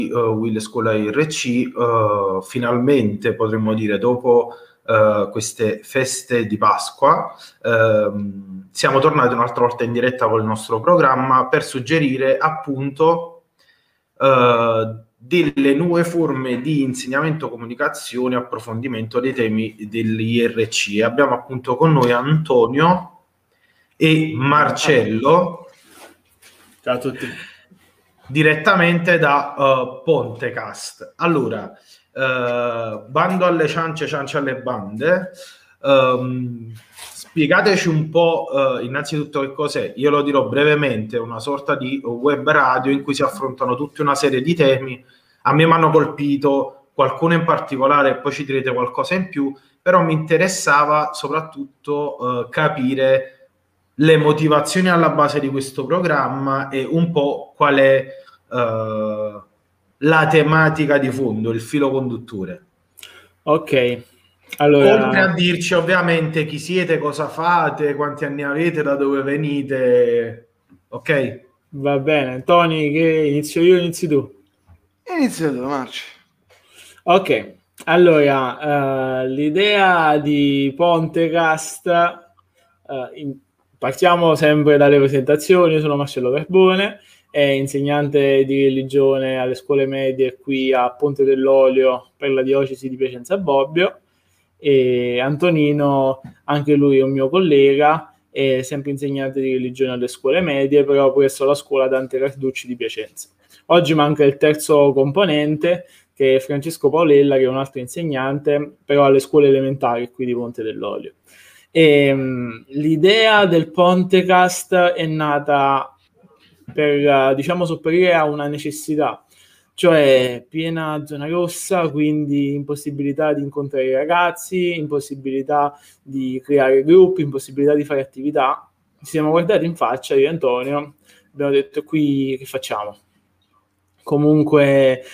Will Scuola IRC, finalmente potremmo dire dopo queste feste di Pasqua siamo tornati un'altra volta in diretta con il nostro programma per suggerire appunto delle nuove forme di insegnamento, comunicazione, approfondimento dei temi dell'IRC. Abbiamo appunto con noi Antonio e Marcello. Ciao a tutti. Direttamente da Pontecast. Allora, bando alle ciance, ciance alle bande. Spiegateci un po' innanzitutto che cos'è. Io lo dirò brevemente, una sorta di web radio in cui si affrontano tutta una serie di temi. A me mi hanno colpito qualcuno in particolare, poi ci direte qualcosa in più, però mi interessava soprattutto capire le motivazioni alla base di questo programma e un po' qual è la tematica di fondo, il filo conduttore. Ok, allora... Oltre a dirci ovviamente chi siete, cosa fate, quanti anni avete, da dove venite, ok? Va bene, Tony, che inizio io o inizi tu? Inizio tu, Marci. Ok, allora, l'idea di Pontecast, partiamo sempre dalle presentazioni. Io sono Marcello Verbone, è insegnante di religione alle scuole medie qui a Ponte dell'Olio per la diocesi di Piacenza Bobbio, e Antonino, anche lui è un mio collega, è sempre insegnante di religione alle scuole medie, però presso la scuola Dante Carducci di Piacenza. Oggi manca il terzo componente, che è Francesco Paolella, che è un altro insegnante, però alle scuole elementari qui di Ponte dell'Olio. L'idea del Pontecast è nata per, diciamo, sopperire a una necessità, cioè piena zona rossa, quindi impossibilità di incontrare i ragazzi, impossibilità di creare gruppi, impossibilità di fare attività. Ci siamo guardati in faccia, io e Antonio, abbiamo detto: qui che facciamo? Comunque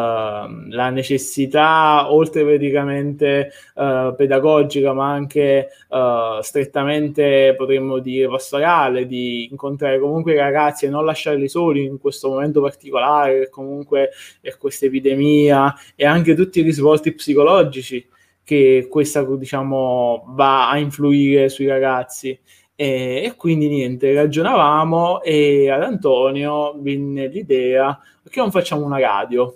la necessità, oltre praticamente pedagogica, ma anche strettamente, potremmo dire, pastorale, di incontrare comunque i ragazzi e non lasciarli soli in questo momento particolare, che comunque è questa epidemia, e anche tutti i risvolti psicologici che questa, diciamo, va a influire sui ragazzi. E quindi niente, ragionavamo e ad Antonio venne l'idea: perché non facciamo una radio?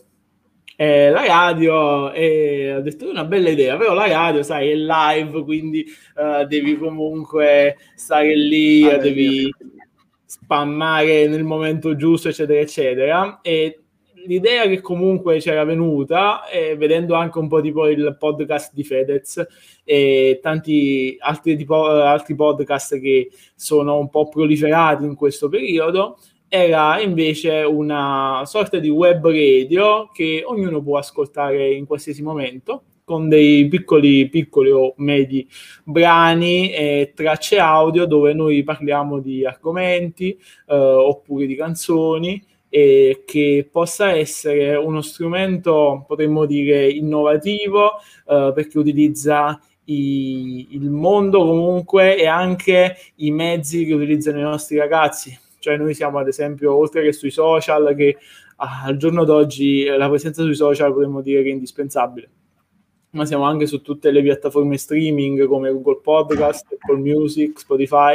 La radio, ho detto, è una bella idea, però la radio, sai, è live, quindi devi comunque stare lì, devi spammare nel momento giusto, eccetera, eccetera. E l'idea che comunque c'era venuta, vedendo anche un po' tipo il podcast di Fedez e tanti altri podcast che sono un po' proliferati in questo periodo, era invece una sorta di web radio che ognuno può ascoltare in qualsiasi momento, con dei piccoli o medi brani e tracce audio dove noi parliamo di argomenti oppure di canzoni, e che possa essere uno strumento, potremmo dire, innovativo, perché utilizza il mondo comunque e anche i mezzi che utilizzano i nostri ragazzi. Cioè noi siamo, ad esempio, oltre che sui social, che al giorno d'oggi la presenza sui social potremmo dire che è indispensabile, ma siamo anche su tutte le piattaforme streaming come Google Podcast, Apple Music, Spotify,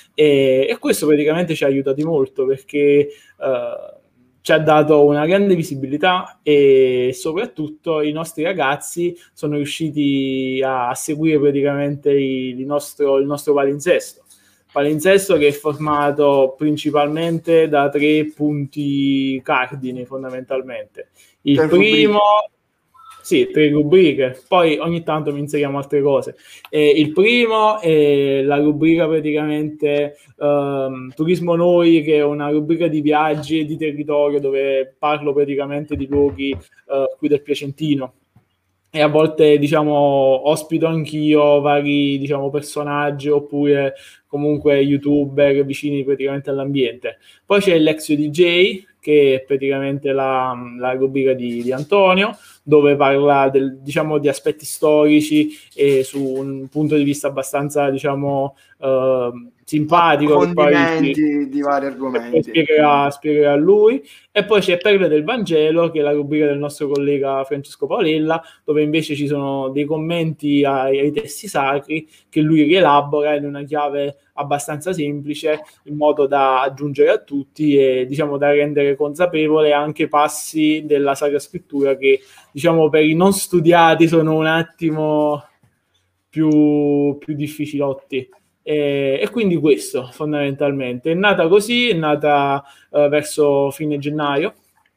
e questo praticamente ci ha aiutati molto, perché ci ha dato una grande visibilità e soprattutto i nostri ragazzi sono riusciti a seguire praticamente il nostro palinsesto. Palinsesto che è formato principalmente da 3 punti cardini, fondamentalmente. Il primo... Sì, 3 rubriche, poi ogni tanto mi inseriamo altre cose. Il primo è la rubrica praticamente Turismo Noi, che è una rubrica di viaggi e di territorio dove parlo praticamente di luoghi qui del Piacentino, e a volte, diciamo, ospito anch'io vari, diciamo, personaggi oppure comunque youtuber vicini praticamente all'ambiente. Poi c'è l'Exio DJ, che è praticamente la rubrica di Antonio, dove parla diciamo, di aspetti storici e su un punto di vista abbastanza, diciamo, simpatico, approfondimenti di vari argomenti. Spiegherà lui. E poi c'è Perle del Vangelo, che è la rubrica del nostro collega Francesco Paolella, dove invece ci sono dei commenti ai testi sacri che lui rielabora in una chiave abbastanza semplice, in modo da aggiungere a tutti e diciamo da rendere consapevole anche passi della Sacra Scrittura che diciamo per i non studiati sono un attimo più difficilotti. E quindi questo fondamentalmente è nata così, è nata verso fine gennaio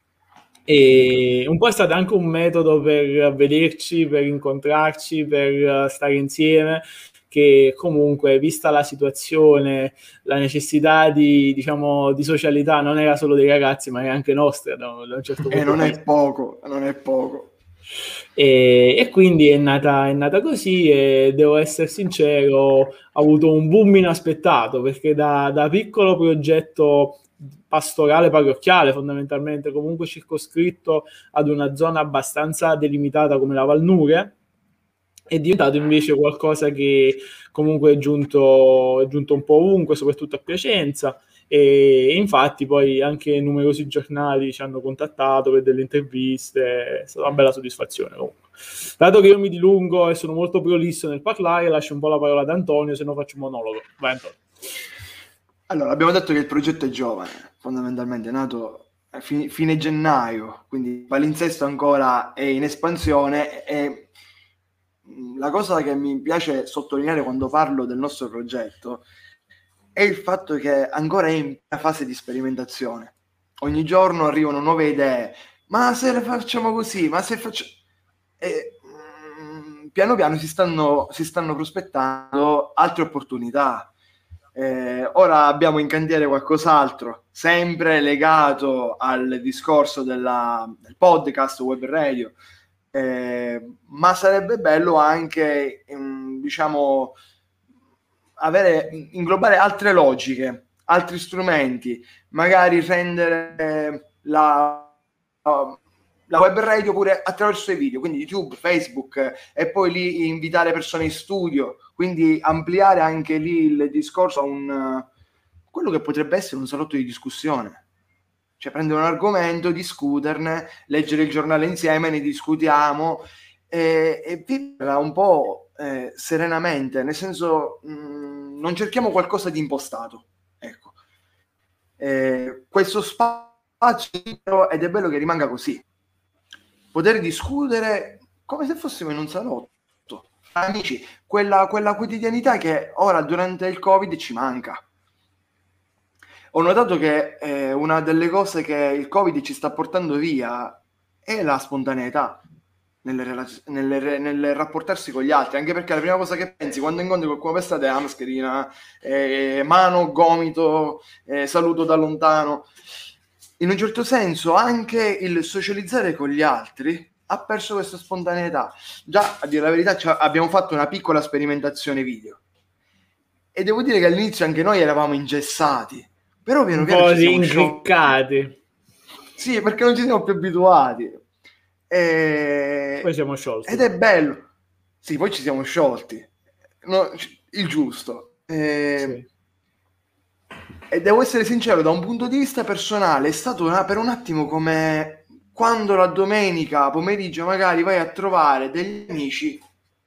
e un po' è stato anche un metodo per vederci, per incontrarci, per stare insieme, che comunque vista la situazione, la necessità di socialità non era solo dei ragazzi ma era anche nostra da un certo punto. Non è poco. E quindi è nata così e devo essere sincero, ho avuto un boom inaspettato perché da piccolo progetto pastorale parrocchiale fondamentalmente comunque circoscritto ad una zona abbastanza delimitata come la Val Nure è diventato invece qualcosa che comunque è giunto un po' ovunque, soprattutto a Piacenza. E infatti poi anche numerosi giornali ci hanno contattato per delle interviste, è stata una bella soddisfazione comunque. Dato che io mi dilungo e sono molto prolisso nel parlare, lascio un po' la parola ad Antonio, se no faccio un monologo. Vai Antonio. Allora, abbiamo detto che il progetto è giovane, fondamentalmente è nato a fine gennaio, quindi il palinsesto ancora è in espansione e la cosa che mi piace sottolineare quando parlo del nostro progetto è il fatto che ancora è in una fase di sperimentazione. Ogni giorno arrivano nuove idee, ma se le facciamo così, ma se facciamo... piano piano si stanno prospettando altre opportunità. Ora abbiamo in cantiere qualcos'altro, sempre legato al discorso del podcast web radio, ma sarebbe bello anche, diciamo, inglobare altre logiche, altri strumenti, magari rendere la web radio pure attraverso i video, quindi YouTube, Facebook, e poi lì invitare persone in studio, quindi ampliare anche lì il discorso a quello che potrebbe essere un salotto di discussione, cioè prendere un argomento, discuterne, leggere il giornale insieme, ne discutiamo e viverla un po' serenamente, nel senso non cerchiamo qualcosa di impostato, ecco. Questo spazio ed è bello che rimanga così, poter discutere come se fossimo in un salotto, amici, quella quotidianità che ora durante il Covid ci manca. Ho notato che una delle cose che il Covid ci sta portando via è la spontaneità nel rapportarsi con gli altri, anche perché la prima cosa che pensi quando incontri qualcuno per strada è la mascherina, mano, gomito, saluto da lontano. In un certo senso anche il socializzare con gli altri ha perso questa spontaneità. Già, a dire la verità, abbiamo fatto una piccola sperimentazione video e devo dire che all'inizio anche noi eravamo ingessati, però piano piano ci siamo incriccati. Sì, perché non ci siamo più abituati. Poi siamo sciolti. Ed è bello. Sì, poi ci siamo sciolti. No, il giusto. Sì. E devo essere sincero, da un punto di vista personale è stato per un attimo come quando la domenica pomeriggio magari vai a trovare degli amici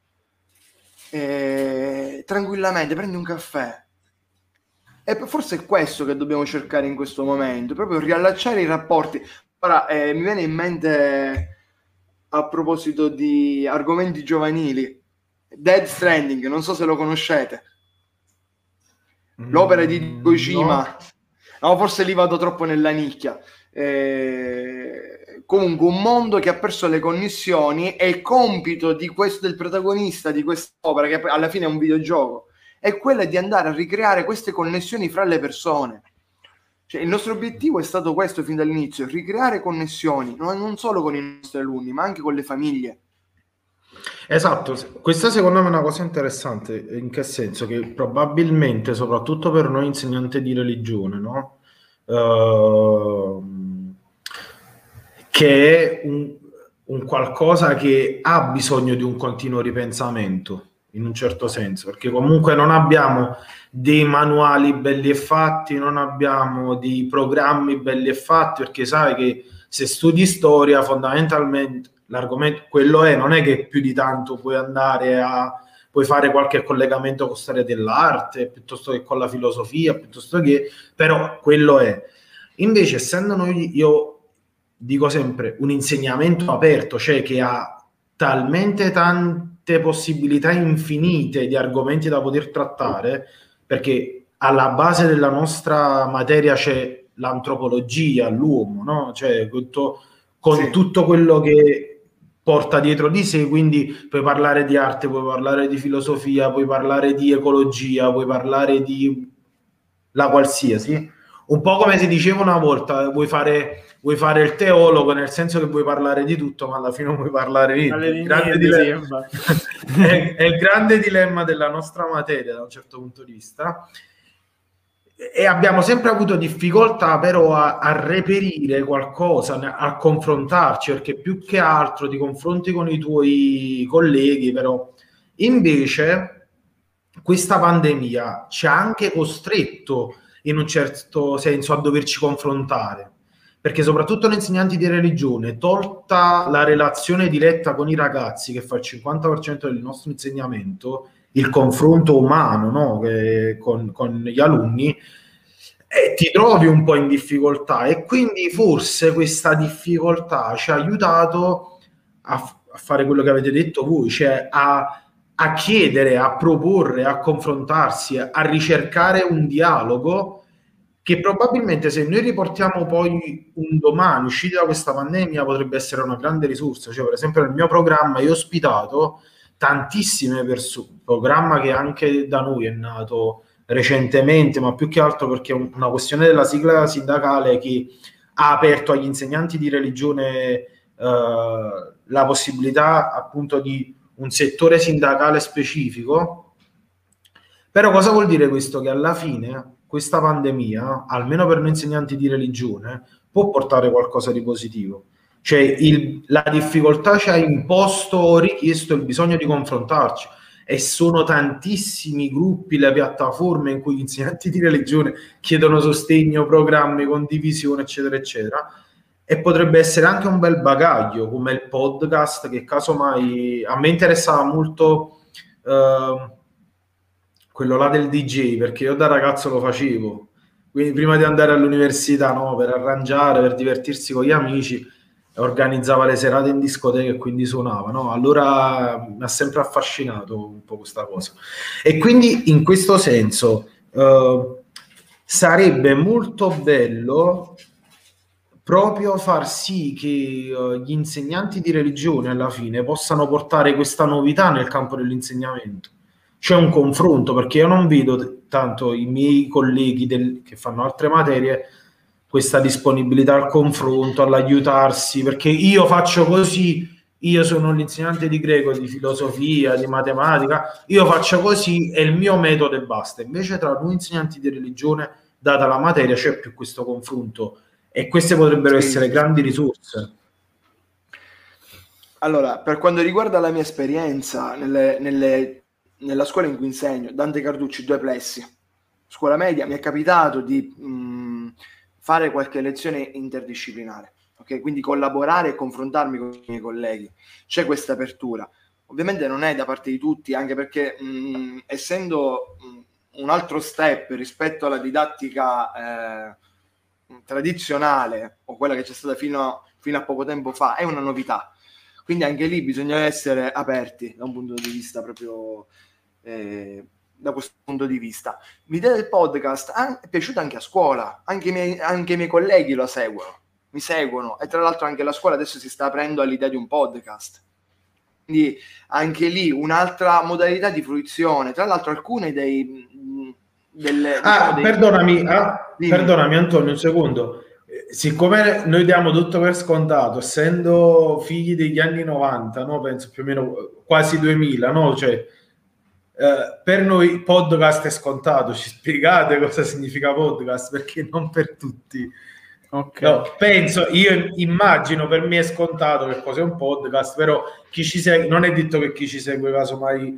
tranquillamente, prendi un caffè. E forse è questo che dobbiamo cercare in questo momento, proprio riallacciare i rapporti. Ora mi viene in mente, a proposito di argomenti giovanili, Death Stranding, non so se lo conoscete. L'opera di Kojima. No, forse lì vado troppo nella nicchia. Comunque un mondo che ha perso le connessioni, e il compito del protagonista di quest'opera, che alla fine è un videogioco, è quella di andare a ricreare queste connessioni fra le persone. Cioè, il nostro obiettivo è stato questo fin dall'inizio: ricreare connessioni non solo con i nostri alunni ma anche con le famiglie. Esatto, questa secondo me è una cosa interessante, in che senso? Che probabilmente, soprattutto per noi insegnanti di religione, no? Che è un qualcosa che ha bisogno di un continuo ripensamento in un certo senso, perché comunque non abbiamo dei manuali belli e fatti, non abbiamo dei programmi belli e fatti, perché sai che se studi storia fondamentalmente l'argomento quello non è che più di tanto puoi fare qualche collegamento con storia dell'arte piuttosto che con la filosofia, piuttosto che, però quello è. Invece, essendo noi, io dico sempre, un insegnamento aperto, cioè che ha talmente tante possibilità infinite di argomenti da poter trattare, perché alla base della nostra materia c'è l'antropologia, l'uomo, no? Cioè con tutto quello che porta dietro di sé, quindi puoi parlare di arte, puoi parlare di filosofia, puoi parlare di ecologia, puoi parlare di la qualsiasi. Un po' come si diceva una volta, vuoi fare il teologo, nel senso che vuoi parlare di tutto, ma alla fine non vuoi parlare di niente. È il grande dilemma della nostra materia da un certo punto di vista. E abbiamo sempre avuto difficoltà però a reperire qualcosa, a confrontarci, perché più che altro ti confronti con i tuoi colleghi, però invece questa pandemia ci ha anche costretto in un certo senso a doverci confrontare, perché soprattutto gli insegnanti di religione, tolta la relazione diretta con i ragazzi che fa il 50% del nostro insegnamento, il confronto umano, no? con gli alunni, ti trovi un po' in difficoltà, e quindi forse questa difficoltà ci ha aiutato a fare quello che avete detto voi, cioè a chiedere, a proporre, a confrontarsi, a ricercare un dialogo che probabilmente, se noi riportiamo poi un domani usciti da questa pandemia, potrebbe essere una grande risorsa. Cioè, per esempio nel mio programma io ho ospitato tantissime persone, programma che anche da noi è nato recentemente, ma più che altro perché è una questione della sigla sindacale che ha aperto agli insegnanti di religione la possibilità appunto di un settore sindacale specifico. Però cosa vuol dire questo? Che alla fine questa pandemia, almeno per noi insegnanti di religione, può portare qualcosa di positivo. Cioè la difficoltà ci ha imposto o richiesto il bisogno di confrontarci, e sono tantissimi gruppi, le piattaforme in cui gli insegnanti di religione chiedono sostegno, programmi, condivisione, eccetera, eccetera. E potrebbe essere anche un bel bagaglio, come il podcast, che casomai a me interessava molto quello là del DJ, perché io da ragazzo lo facevo, quindi prima di andare all'università, no, per arrangiare, per divertirsi con gli amici, organizzava le serate in discoteca e quindi suonava, no? Allora mi ha sempre affascinato un po' questa cosa, e quindi in questo senso sarebbe molto bello proprio far sì che gli insegnanti di religione alla fine possano portare questa novità nel campo dell'insegnamento. C'è un confronto, perché io non vedo tanto i miei colleghi che fanno altre materie questa disponibilità al confronto, all'aiutarsi, perché io faccio così, io sono l'insegnante di greco, di filosofia, di matematica, io faccio così, è il mio metodo e basta. Invece tra noi insegnanti di religione, data la materia, c'è più questo confronto, e queste potrebbero essere grandi risorse. Allora, per quanto riguarda la mia esperienza nella scuola in cui insegno, Dante Carducci, 2 plessi, scuola media, mi è capitato di fare qualche lezione interdisciplinare, ok? Quindi collaborare e confrontarmi con i miei colleghi. C'è questa apertura. Ovviamente non è da parte di tutti, anche perché essendo un altro step rispetto alla didattica tradizionale, o quella che c'è stata fino a poco tempo fa, è una novità. Quindi anche lì bisogna essere aperti da un punto di vista proprio da questo punto di vista. L'idea del podcast è piaciuta anche a scuola, anche i miei colleghi lo seguono, mi seguono, e tra l'altro anche la scuola adesso si sta aprendo all'idea di un podcast. Quindi anche lì un'altra modalità di fruizione. Tra l'altro alcune perdonami Antonio, un secondo. Siccome noi diamo tutto per scontato, essendo figli degli anni 90, no? Penso più o meno quasi 2000, no? Cioè, per noi podcast è scontato. Ci spiegate cosa significa podcast? Perché non per tutti. Okay. No, io immagino, per me è scontato che cos'è un podcast, però chi ci segue, non è detto che chi ci segue casomai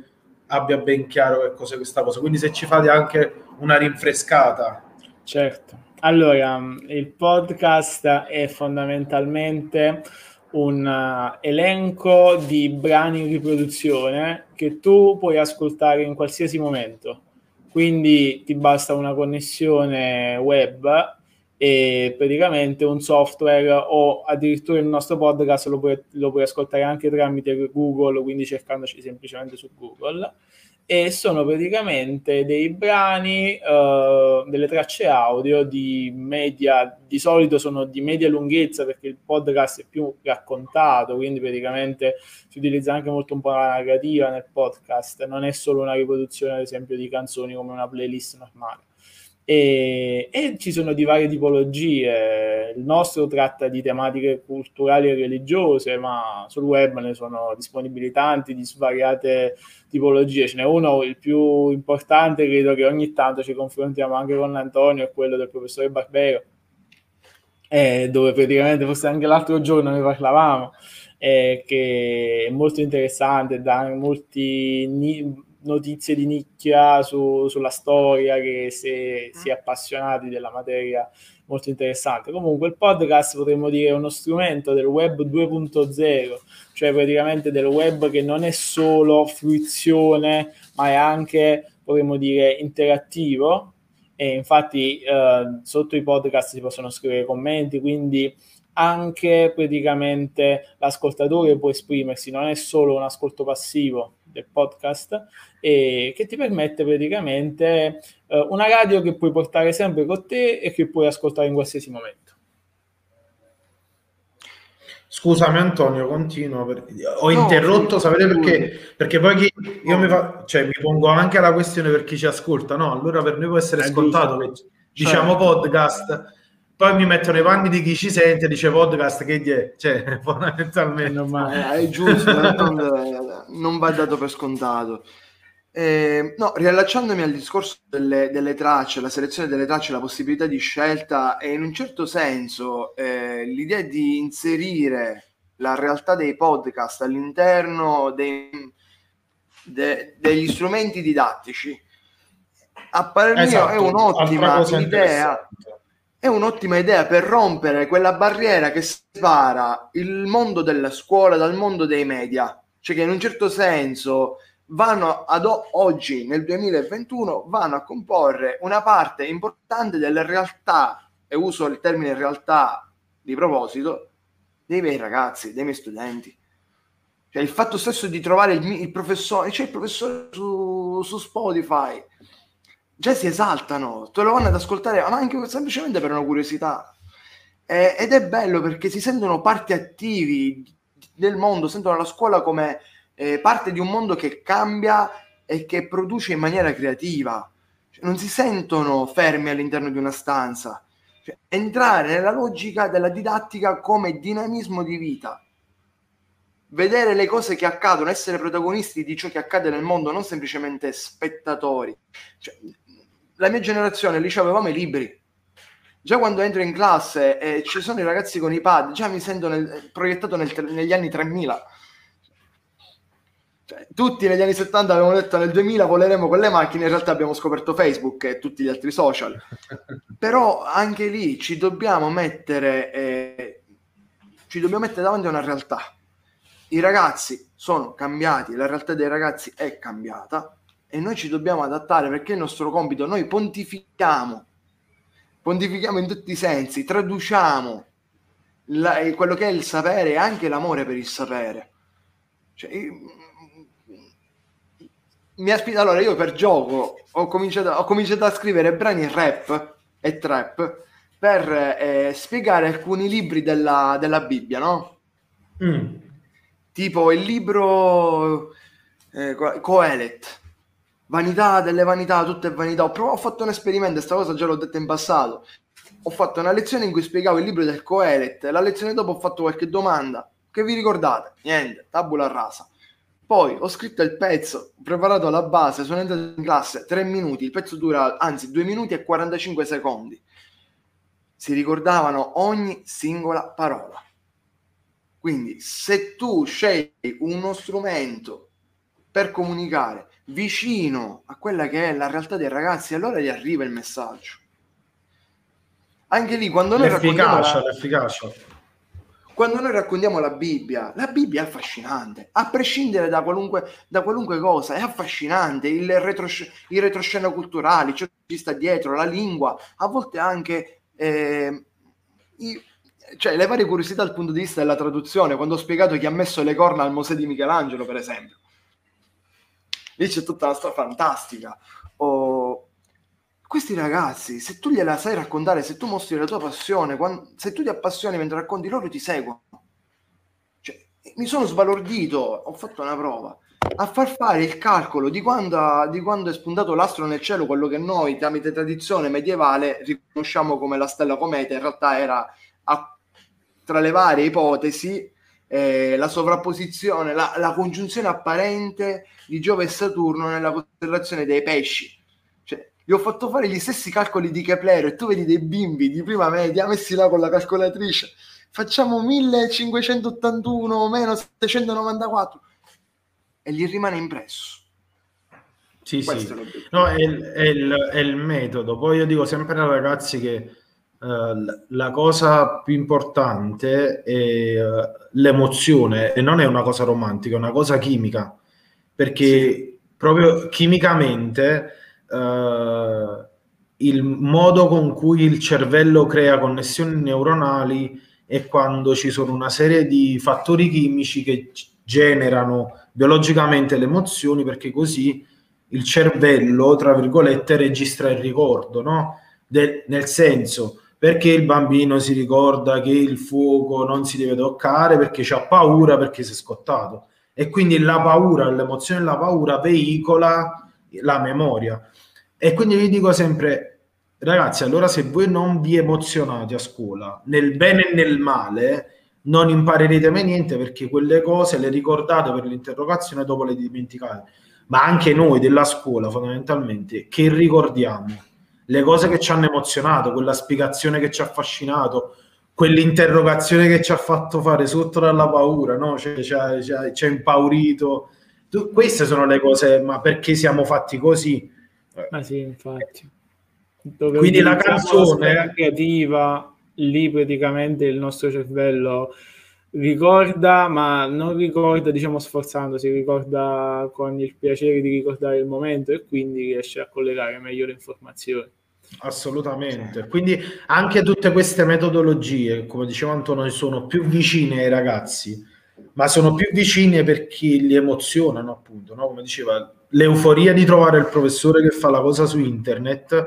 abbia ben chiaro che cos'è questa cosa. Quindi se ci fate anche una rinfrescata. Certo. Allora, il podcast è fondamentalmente un elenco di brani in riproduzione che tu puoi ascoltare in qualsiasi momento. Quindi ti basta una connessione web e praticamente un software, o addirittura il nostro podcast lo puoi ascoltare anche tramite Google, quindi cercandoci semplicemente su Google. E sono praticamente dei brani, delle tracce audio di media, di solito sono di media lunghezza, perché il podcast è più raccontato, quindi praticamente si utilizza anche molto un po' la narrativa nel podcast, non è solo una riproduzione ad esempio di canzoni come una playlist normale. E ci sono di varie tipologie. Il nostro tratta di tematiche culturali e religiose, ma sul web ne sono disponibili tanti di svariate tipologie. Ce n'è uno, il più importante, credo che ogni tanto ci confrontiamo anche con Antonio, è quello del professore Barbero, dove praticamente forse anche l'altro giorno ne parlavamo, che è molto interessante, dà molti notizie di nicchia sulla storia, che se si è appassionati della materia, molto interessante. Comunque il podcast potremmo dire è uno strumento del web 2.0, cioè praticamente del web che non è solo fruizione, ma è anche, potremmo dire, interattivo. E infatti sotto i podcast si possono scrivere commenti, quindi anche praticamente l'ascoltatore può esprimersi, non è solo un ascolto passivo del podcast, e che ti permette praticamente una radio che puoi portare sempre con te e che puoi ascoltare in qualsiasi momento. Scusami Antonio, continuo. Ho interrotto, sapete perché? Perché poi io mi pongo anche la questione per chi ci ascolta, no? Allora per noi può essere scontato che diciamo podcast, poi mi mettono i panni di chi ci sente e dice podcast, che è? Cioè, fondamentalmente. È giusto, non va dato per scontato. No, riallacciandomi al discorso delle tracce, la selezione delle tracce, la possibilità di scelta, e in un certo senso l'idea di inserire la realtà dei podcast all'interno degli strumenti didattici, a parer mio è un'ottima idea. È un'ottima idea per rompere quella barriera che separa il mondo della scuola dal mondo dei media, cioè che in un certo senso vanno oggi nel 2021 vanno a comporre una parte importante delle realtà, e uso il termine realtà di proposito, dei miei ragazzi, dei miei studenti. Cioè il fatto stesso di trovare il professore, c'è il professore su Spotify, già si esaltano, te lo vanno ad ascoltare, ma anche semplicemente per una curiosità. Ed è bello perché si sentono parti attivi del mondo, sentono la scuola come parte di un mondo che cambia e che produce in maniera creativa. Cioè, non si sentono fermi all'interno di una stanza. Cioè, entrare nella logica della didattica come dinamismo di vita. Vedere le cose che accadono, essere protagonisti di ciò che accade nel mondo, non semplicemente spettatori. Cioè, la mia generazione, lì avevamo i libri. Già quando entro in classe e ci sono i ragazzi con i pad, già mi sento proiettato negli anni 3000. Cioè, tutti negli anni 70 avevamo detto nel 2000 voleremo quelle macchine, in realtà abbiamo scoperto Facebook e tutti gli altri social. Però anche lì ci dobbiamo mettere davanti a una realtà. I ragazzi sono cambiati, la realtà dei ragazzi è cambiata e noi ci dobbiamo adattare, perché è il nostro compito. Noi pontifichiamo in tutti i sensi, traduciamo quello che è il sapere e anche l'amore per il sapere. Cioè, allora io per gioco ho cominciato a scrivere brani rap e trap per spiegare alcuni libri della Bibbia, no? Tipo il libro Coelet, vanità delle vanità, tutto è vanità. Ho fatto un esperimento, questa cosa già l'ho detta in passato. Ho fatto una lezione in cui spiegavo il libro del Coelet, la lezione dopo ho fatto qualche domanda. Che vi ricordate? Niente, tabula rasa. Poi ho scritto il pezzo, ho preparato la base, sono entrato in classe, 3 minuti, il pezzo dura, 2 minuti e 45 secondi. Si ricordavano ogni singola parola. Quindi se tu scegli uno strumento per comunicare vicino a quella che è la realtà dei ragazzi, allora gli arriva il messaggio. Anche lì, quando noi l'efficacia. Quando noi raccontiamo la Bibbia è affascinante, a prescindere da qualunque cosa, è affascinante, il retroscena culturali, ciò che ci sta dietro, la lingua, a volte anche cioè le varie curiosità dal punto di vista della traduzione, quando ho spiegato chi ha messo le corna al Mosè di Michelangelo, per esempio. Lì c'è tutta una storia fantastica. Questi ragazzi, se tu gliela sai raccontare, se tu mostri la tua passione, se tu ti appassioni mentre racconti, loro ti seguono. Cioè, mi sono sbalordito, ho fatto una prova, a far fare il calcolo di quando è spuntato l'astro nel cielo, quello che noi, tramite tradizione medievale, riconosciamo come la stella cometa, in realtà era, tra le varie ipotesi, la sovrapposizione, la congiunzione apparente di Giove e Saturno nella costellazione dei Pesci. Gli ho fatto fare gli stessi calcoli di Kepler e tu vedi dei bimbi di prima media messi là con la calcolatrice, facciamo 1581 meno 794 e gli rimane impresso. Sì. No, è il metodo. Poi io dico sempre ai ragazzi che la cosa più importante è l'emozione, e non è una cosa romantica, è una cosa chimica, perché proprio chimicamente il modo con cui il cervello crea connessioni neuronali è quando ci sono una serie di fattori chimici che generano biologicamente le emozioni, perché così il cervello, tra virgolette, registra il ricordo, no? Nel senso, perché il bambino si ricorda che il fuoco non si deve toccare perché c'ha paura, perché si è scottato, e quindi la paura, l'emozione della paura veicola la memoria. E quindi vi dico sempre, ragazzi, allora se voi non vi emozionate a scuola, nel bene e nel male, non imparerete mai niente, perché quelle cose le ricordate per l'interrogazione e dopo le dimenticate. Ma anche noi della scuola, fondamentalmente, che ricordiamo? Le cose che ci hanno emozionato, quella spiegazione che ci ha affascinato, quell'interrogazione che ci ha fatto fare sotto dalla paura, no? Ci ha impaurito. Queste sono le cose, ma perché siamo fatti così? Ah sì, infatti. Dove quindi la canzone creativa, lì praticamente il nostro cervello ricorda, ma non ricorda, diciamo, sforzandosi, ricorda con il piacere di ricordare il momento e quindi riesce a collegare meglio le informazioni. Assolutamente. Quindi anche tutte queste metodologie, come diceva Antonio, sono più vicine ai ragazzi, ma sono più vicine per chi li emozionano, appunto, no? Come diceva, l'euforia di trovare il professore che fa la cosa su internet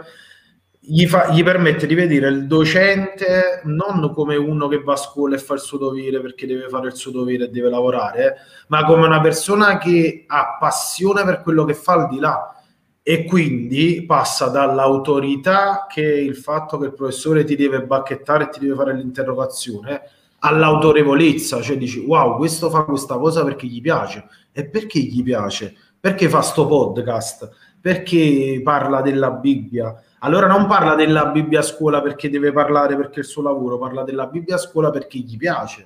gli permette di vedere il docente non come uno che va a scuola e fa il suo dovere perché deve fare il suo dovere e deve lavorare, ma come una persona che ha passione per quello che fa al di là, e quindi passa dall'autorità, che è il fatto che il professore ti deve bacchettare e ti deve fare l'interrogazione, all'autorevolezza, cioè dici wow, questo fa questa cosa perché gli piace. E perché gli piace? Perché fa sto podcast? Perché parla della Bibbia? Allora non parla della Bibbia a scuola perché deve parlare, perché è il suo lavoro, parla della Bibbia a scuola perché gli piace.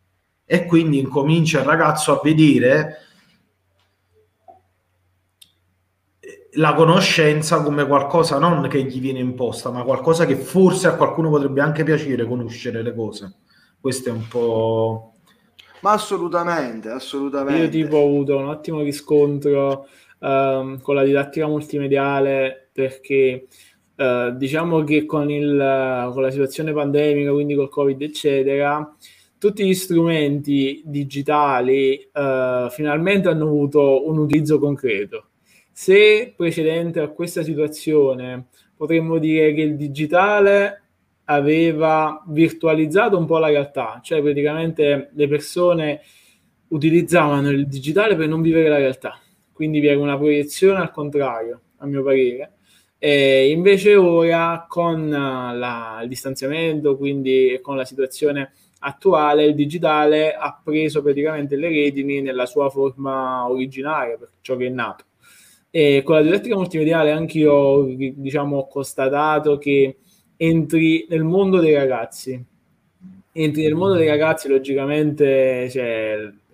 E quindi incomincia il ragazzo a vedere la conoscenza come qualcosa non che gli viene imposta, ma qualcosa che forse a qualcuno potrebbe anche piacere, conoscere le cose. Questo è un po'... Ma assolutamente. Io tipo ho avuto un ottimo riscontro con la didattica multimediale, perché diciamo che con la situazione pandemica, quindi col Covid eccetera, tutti gli strumenti digitali finalmente hanno avuto un utilizzo concreto. Se precedente a questa situazione potremmo dire che il digitale aveva virtualizzato un po' la realtà, cioè praticamente le persone utilizzavano il digitale per non vivere la realtà, quindi vi era una proiezione al contrario, a mio parere. E invece ora con il distanziamento, quindi con la situazione attuale, il digitale ha preso praticamente le redini nella sua forma originaria, per ciò che è nato. E con la didattica multimediale anche io, diciamo, ho constatato che entri nel mondo dei ragazzi, logicamente, cioè,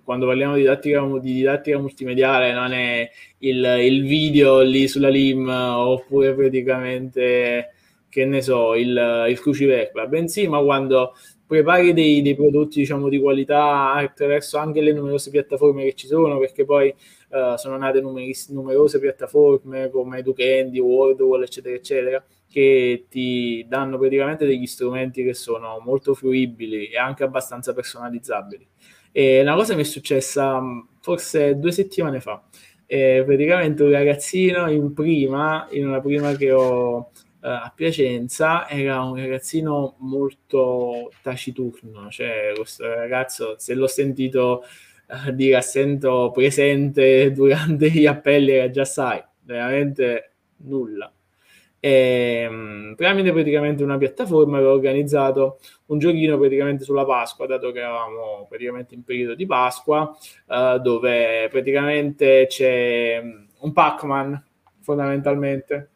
quando parliamo di didattica multimediale non è il video lì sulla LIM oppure praticamente, che ne so, il cruciverba, bensì, ma quando prepari dei prodotti, diciamo, di qualità attraverso anche le numerose piattaforme che ci sono, perché poi sono nate numerose piattaforme come Educandy, Wordwall, eccetera, eccetera, che ti danno praticamente degli strumenti che sono molto fruibili e anche abbastanza personalizzabili. E una cosa mi è successa forse 2 settimane fa. Praticamente un ragazzino in una prima che ho a Piacenza, era un ragazzino molto taciturno, cioè questo ragazzo, se l'ho sentito dire assento presente durante gli appelli, era già sai, veramente nulla. Tramite praticamente una piattaforma avevo organizzato un giochino praticamente sulla Pasqua, dato che eravamo praticamente in periodo di Pasqua, dove praticamente c'è un Pac-Man fondamentalmente,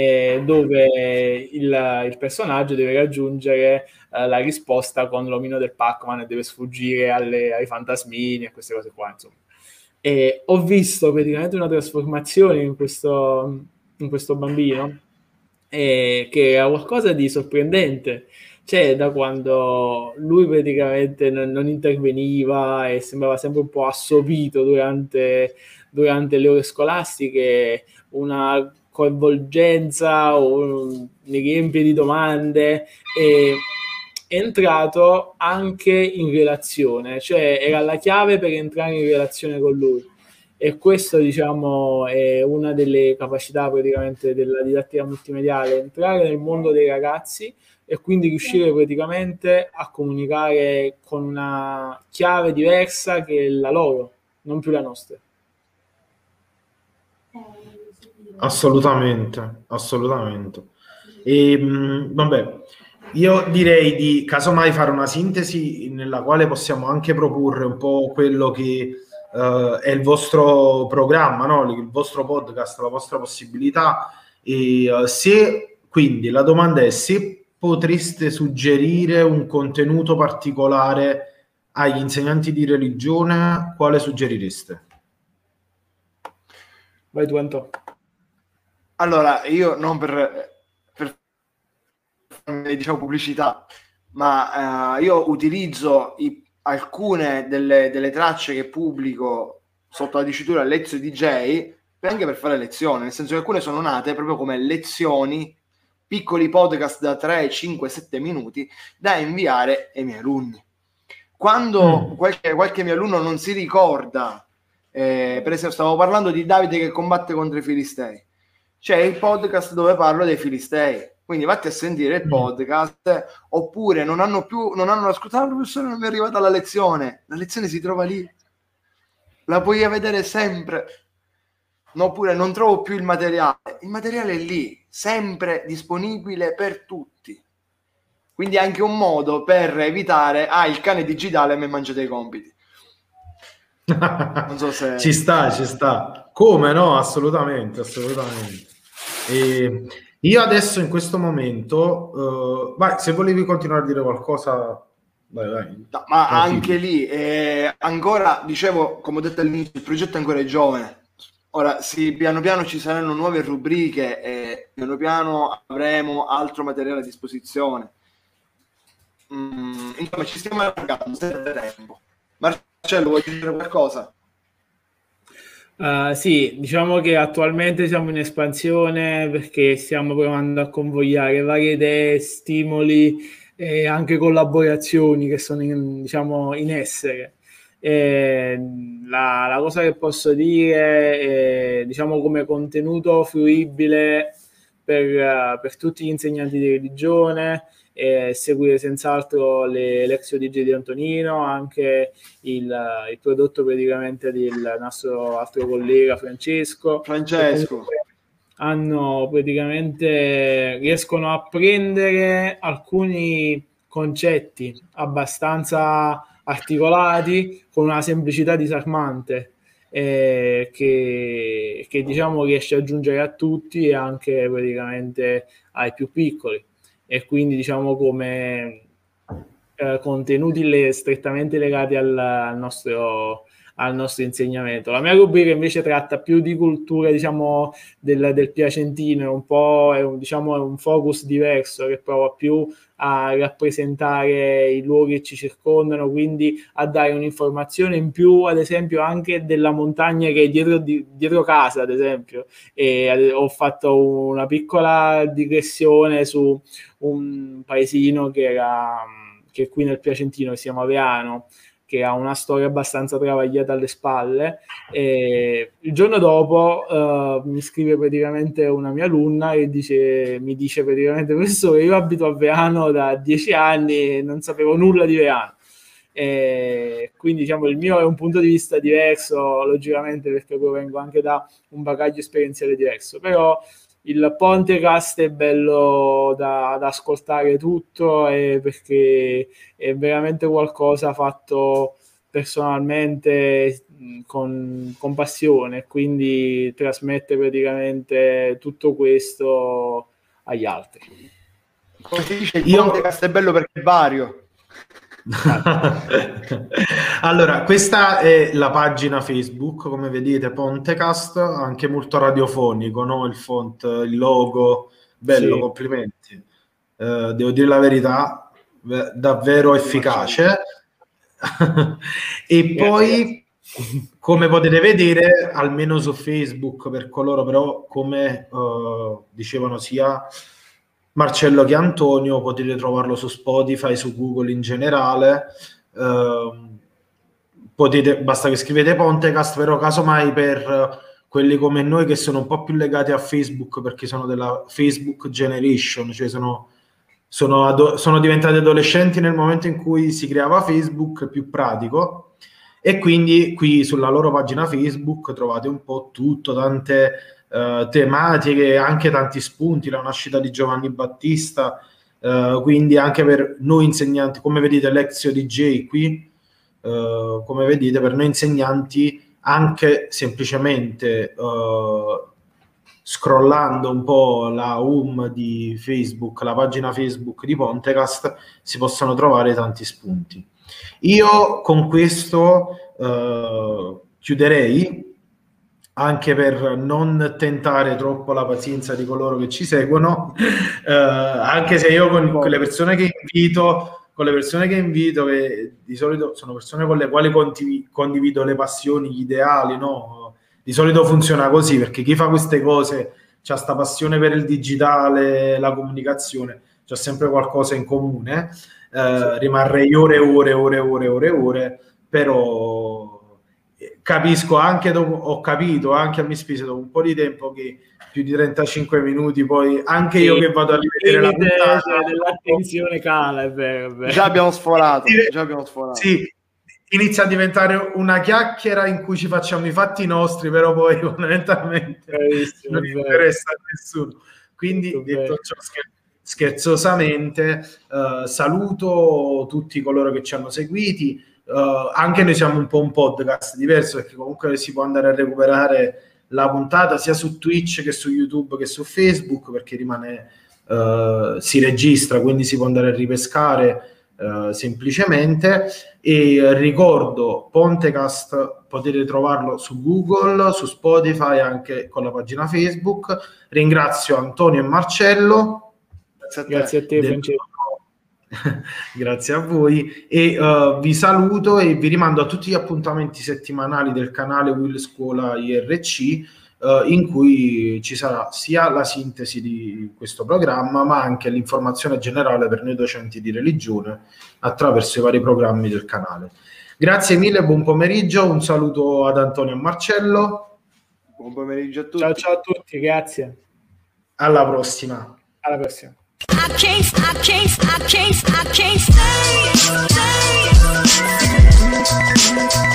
dove il personaggio deve raggiungere la risposta con l'omino del Pac-Man e deve sfuggire ai fantasmini e queste cose qua, insomma. E ho visto praticamente una trasformazione in questo bambino, che era qualcosa di sorprendente. Cioè, da quando lui praticamente non interveniva e sembrava sempre un po' assopito durante le ore scolastiche, una coinvolgenza o ne riempie di domande, e è entrato anche in relazione, cioè era la chiave per entrare in relazione con lui. E questo, diciamo, è una delle capacità praticamente della didattica multimediale, entrare nel mondo dei ragazzi e quindi riuscire praticamente a comunicare con una chiave diversa che è la loro, non più la nostra. Assolutamente. E, vabbè, io direi di casomai fare una sintesi nella quale possiamo anche proporre un po' quello che è il vostro programma, no? Il vostro podcast, la vostra possibilità. E quindi la domanda è se potreste suggerire un contenuto particolare agli insegnanti di religione, quale suggerireste? Vai tu, Anto. Allora, io non per diciamo pubblicità, ma io utilizzo alcune delle tracce che pubblico sotto la dicitura Lezio DJ anche per fare lezioni, nel senso che alcune sono nate proprio come lezioni, piccoli podcast da 3, 5, 7 minuti da inviare ai miei alunni. Quando qualche mio alunno non si ricorda, per esempio stavo parlando di Davide che combatte contro i Filistei, c'è il podcast dove parlo dei Filistei, quindi vatti a sentire il podcast, oppure non hanno ascoltato, professore non mi è arrivata la lezione si trova lì, la puoi vedere sempre. No, oppure non trovo più il materiale è lì, sempre disponibile per tutti, quindi anche un modo per evitare il cane digitale mi mangia dei compiti. Non so se ci sta, come no, assolutamente. E io adesso in questo momento vai, se volevi continuare a dire qualcosa, vai. No, ma anche lì ancora, dicevo, come ho detto all'inizio, il progetto ancora è giovane. Ora piano piano ci saranno nuove rubriche e piano piano avremo altro materiale a disposizione. Insomma, ci stiamo allargando, serve tempo. Marcello, vuoi aggiungere qualcosa? Sì, diciamo che attualmente siamo in espansione perché stiamo provando a convogliare varie idee, stimoli e anche collaborazioni che sono in essere. La cosa che posso dire è, diciamo, come contenuto fruibile per tutti gli insegnanti di religione, seguire senz'altro le Lezio DJ di Antonino, anche il prodotto praticamente del nostro altro collega Francesco. Hanno praticamente riescono a prendere alcuni concetti abbastanza articolati con una semplicità disarmante, che diciamo riesce a giungere a tutti e anche praticamente ai più piccoli. E quindi diciamo come contenuti strettamente legati al nostro insegnamento. La mia rubrica invece tratta più di cultura, diciamo, del piacentino, è un focus diverso che prova più a rappresentare i luoghi che ci circondano, quindi a dare un'informazione in più, ad esempio anche della montagna che è dietro casa, ad esempio. E ho fatto una piccola digressione su un paesino che è qui nel Piacentino, che si chiama Aveano, che ha una storia abbastanza travagliata alle spalle, e il giorno dopo mi scrive praticamente una mia alunna e mi dice praticamente: professore, io abito a Veano da 10 anni e non sapevo nulla di Veano. Quindi diciamo il mio è un punto di vista diverso, logicamente, perché provengo anche da un bagaglio esperienziale diverso, però il Pontecast è bello da ascoltare tutto, perché è veramente qualcosa fatto personalmente con passione, quindi trasmette praticamente tutto questo agli altri. Come si dice, il Pontecast è bello perché è vario. Allora, questa è la pagina Facebook, come vedete, Pontecast, anche molto radiofonico, no? Il font, il logo, bello, sì. Complimenti, devo dire la verità, davvero efficace. E poi, come potete vedere, almeno su Facebook, per coloro però, come dicevano sia Marcello che Antonio, potete trovarlo su Spotify, su Google in generale, basta che scrivete Pontecast, però casomai per quelli come noi che sono un po' più legati a Facebook, perché sono della Facebook Generation, cioè sono diventati adolescenti nel momento in cui si creava Facebook, più pratico, e quindi qui sulla loro pagina Facebook trovate un po' tutto, tante tematiche, anche tanti spunti, la nascita di Giovanni Battista, quindi anche per noi insegnanti, come vedete Lexio DJ qui, come vedete per noi insegnanti, anche semplicemente scrollando un po' la home di Facebook, la pagina Facebook di Pontecast, si possono trovare tanti spunti. Io con questo chiuderei, anche per non tentare troppo la pazienza di coloro che ci seguono, anche se io con le persone che invito, che di solito sono persone con le quali condivido le passioni, gli ideali, no? Di solito funziona così, perché chi fa queste cose c'ha sta passione per il digitale, la comunicazione, c'ha sempre qualcosa in comune. Rimarrei ore, però capisco anche dopo, ho capito anche a mie spese dopo un po' di tempo, che più di 35 minuti poi anche io che vado a rivedere la puntata dell'attenzione cala, è vero. Già abbiamo sforato. Sì, inizia a diventare una chiacchiera in cui ci facciamo i fatti nostri, però poi fondamentalmente non interessa a nessuno. Quindi detto ciò, scherzosamente, saluto tutti coloro che ci hanno seguiti. Anche noi siamo un po' un podcast diverso, perché comunque si può andare a recuperare la puntata sia su Twitch che su YouTube che su Facebook, perché rimane si registra, quindi si può andare a ripescare semplicemente. E ricordo, Pontecast potete trovarlo su Google, su Spotify, anche con la pagina Facebook. Ringrazio Antonio e Marcello. Grazie a te, Francesco. Grazie a voi, e vi saluto e vi rimando a tutti gli appuntamenti settimanali del canale Will Scuola IRC, in cui ci sarà sia la sintesi di questo programma, ma anche l'informazione generale per noi docenti di religione attraverso i vari programmi del canale. Grazie mille, buon pomeriggio, un saluto ad Antonio e Marcello. Buon pomeriggio a tutti. Ciao a tutti, grazie. Alla prossima. Alla prossima. I can't stay.